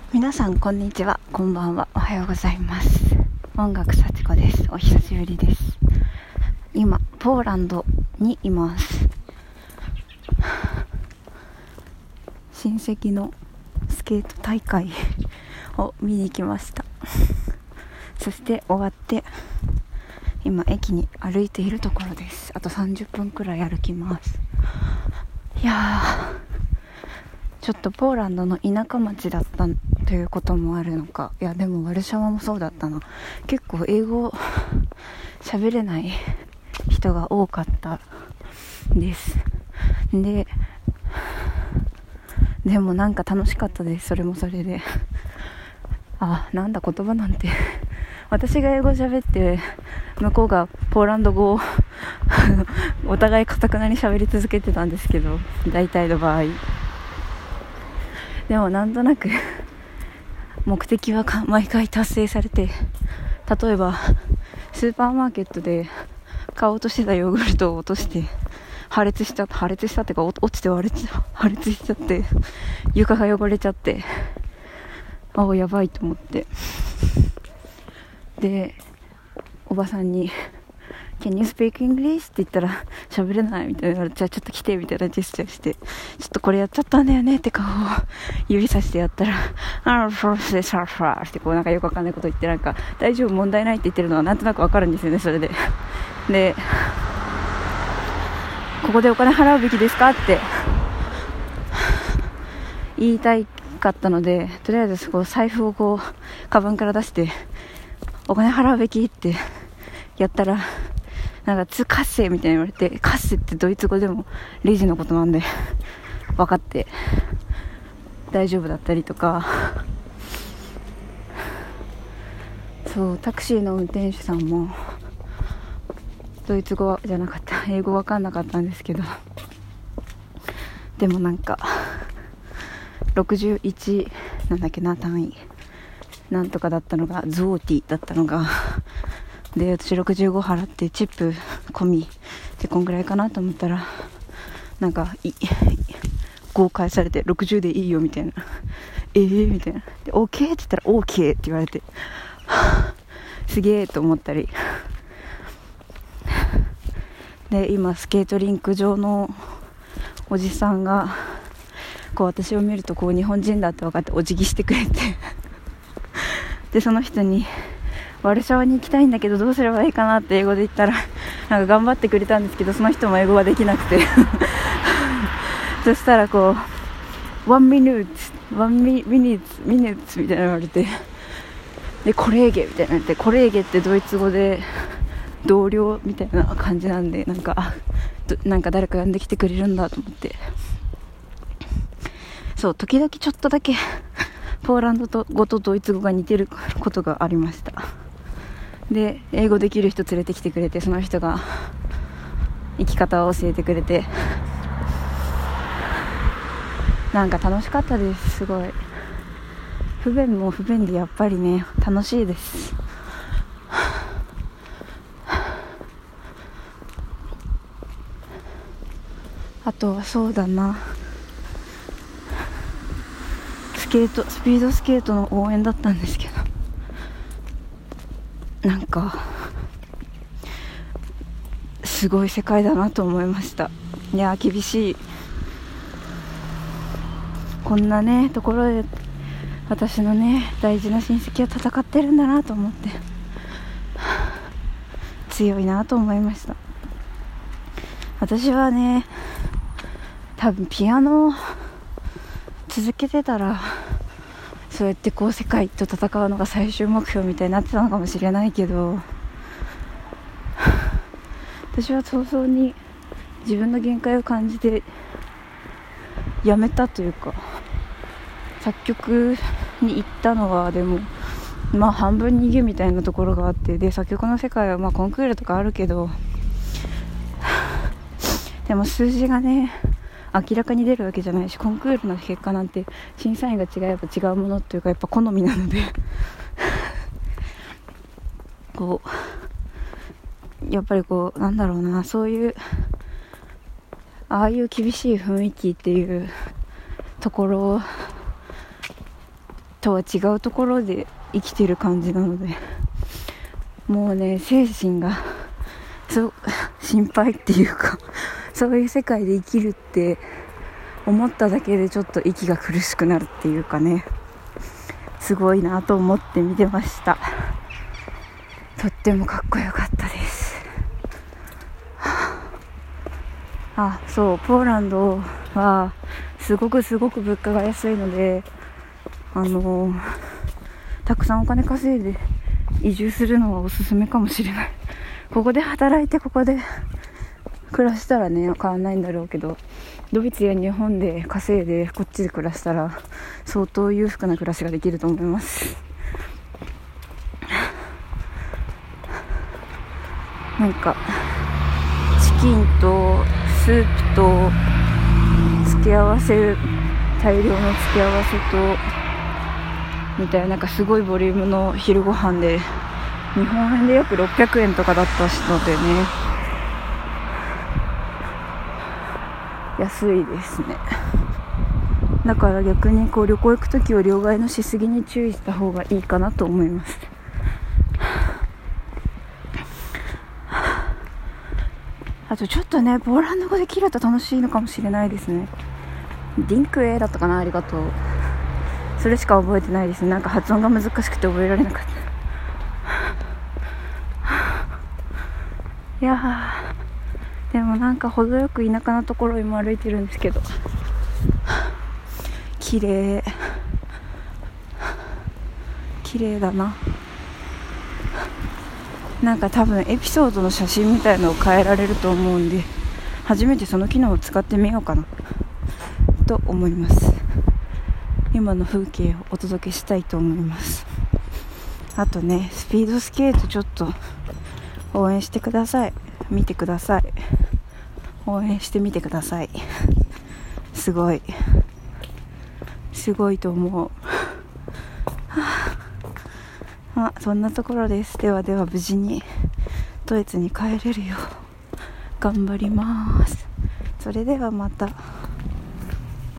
皆さんこんにちは、こんばんは、おはようございます。音楽幸子です。お久しぶりです。今ポーランドにいます。親戚のスケート大会を見に来ました。そして終わって今駅に歩いているところです。あと30分くらい歩きます。いやー、ちょっとポーランドの田舎町だったということもあるのか、いやでもワルシャワもそうだったな。結構英語喋れない人が多かったです。でもなんか楽しかったです。それもそれで、なんだ言葉なんて私が英語喋って向こうがポーランド語をお互い堅くなに喋り続けてたんですけど、大体の場合でもなんとなく目的は毎回達成されて、例えばスーパーマーケットで買おうとしてたヨーグルトを落として破裂したってか、落ちて破裂しちゃって床が汚れちゃって、やばいと思って、でおばさんにCan you speak English? って言ったら喋れないみたいな。じゃあちょっと来てみたいなジェスチャーして、ちょっとこれやっちゃったんだよねって顔を指さしてやったらフォーセサーファーってこうなんかよくわかんないこと言って、なんか大丈夫問題ないって言ってるのはなんとなくわかるんですよね。それでここでお金払うべきですかって言いたかったので、とりあえずこう財布をこうカバンから出してお金払うべきってやったら、なんかツカッセみたいに言われて、カッセってドイツ語でもレジのことなんで分かって大丈夫だったりとか、そうタクシーの運転手さんもドイツ語じゃなかった、英語分かんなかったんですけど、でもなんか61なんだっけな、単位なんとかだったのがゾーティだったのが、で私65払ってチップ込みでこんぐらいかなと思ったら、なんか合返されて60でいいよみたいな、みたいなで OK って言ったら OK って言われてすげえと思ったりで、今スケートリンク上のおじさんがこう私を見るとこう日本人だって分かってお辞儀してくれてでその人にワルシャワに行きたいんだけどどうすればいいかなって英語で言ったら、なんか頑張ってくれたんですけど、その人も英語ができなくてそしたらこう1 minutes みたいな言われて、でコレーゲみたいな言って、コレーゲってドイツ語で同僚みたいな感じなんで、なんか誰か呼んできてくれるんだと思って、そう時々ちょっとだけポーランド語とドイツ語が似てることがありました。で英語できる人連れてきてくれて、その人が生き方を教えてくれて、なんか楽しかったです。すごい不便も不便でやっぱりね楽しいです。あとはそうだな、スピードスケートの応援だったんですけど、なんかすごい世界だなと思いました。いや厳しい、こんなねところで私のね大事な親戚は戦ってるんだなと思って強いなと思いました。私はね多分ピアノを続けてたらそうやってこう世界と戦うのが最終目標みたいになってたのかもしれないけど、私は早々に自分の限界を感じてやめたというか、作曲に行ったのはでも半分逃げみたいなところがあって、で作曲の世界はコンクールとかあるけど、でも数字がね明らかに出るわけじゃないし、コンクールの結果なんて審査員が違えば違うものっていうかやっぱ好みなのでこうやっぱりこうなんだろうな、そういうああいう厳しい雰囲気っていうところとは違うところで生きてる感じなので、もうね精神が心配っていうか、そういう世界で生きるって思っただけでちょっと息が苦しくなるっていうかね、すごいなと思って見てました。とってもかっこよかったです。そう、ポーランドはすごく物価が安いので、たくさんお金稼いで移住するのはおすすめかもしれない。ここで働いてここで暮らしたらね変わんないんだろうけど、ドイツや日本で稼いでこっちで暮らしたら相当裕福な暮らしができると思います。なんかチキンとスープと付け合わせ、大量の付け合わせとみたいな、なんかすごいボリュームの昼ご飯で日本円で約600円とかだったのでね、安いですね。だから逆に旅行行くときは両替のしすぎに注意した方がいいかなと思います。あとちょっとね、ポーランド語で切ると楽しいのかもしれないですね。ディンクエだったかな、ありがとう。それしか覚えてないですね。なんか発音が難しくて覚えられなかった。いやでもなんか程よく田舎のところを今歩いてるんですけど、綺麗だな。なんか多分エピソードの写真みたいのを変えられると思うんで、初めてその機能を使ってみようかなと思います。今の風景をお届けしたいと思います。あとね、スピードスケートちょっと応援してください。見てください。応援してみてください。すごいと思う。そんなところです。では無事にドイツに帰れるよう頑張ります。それではまた。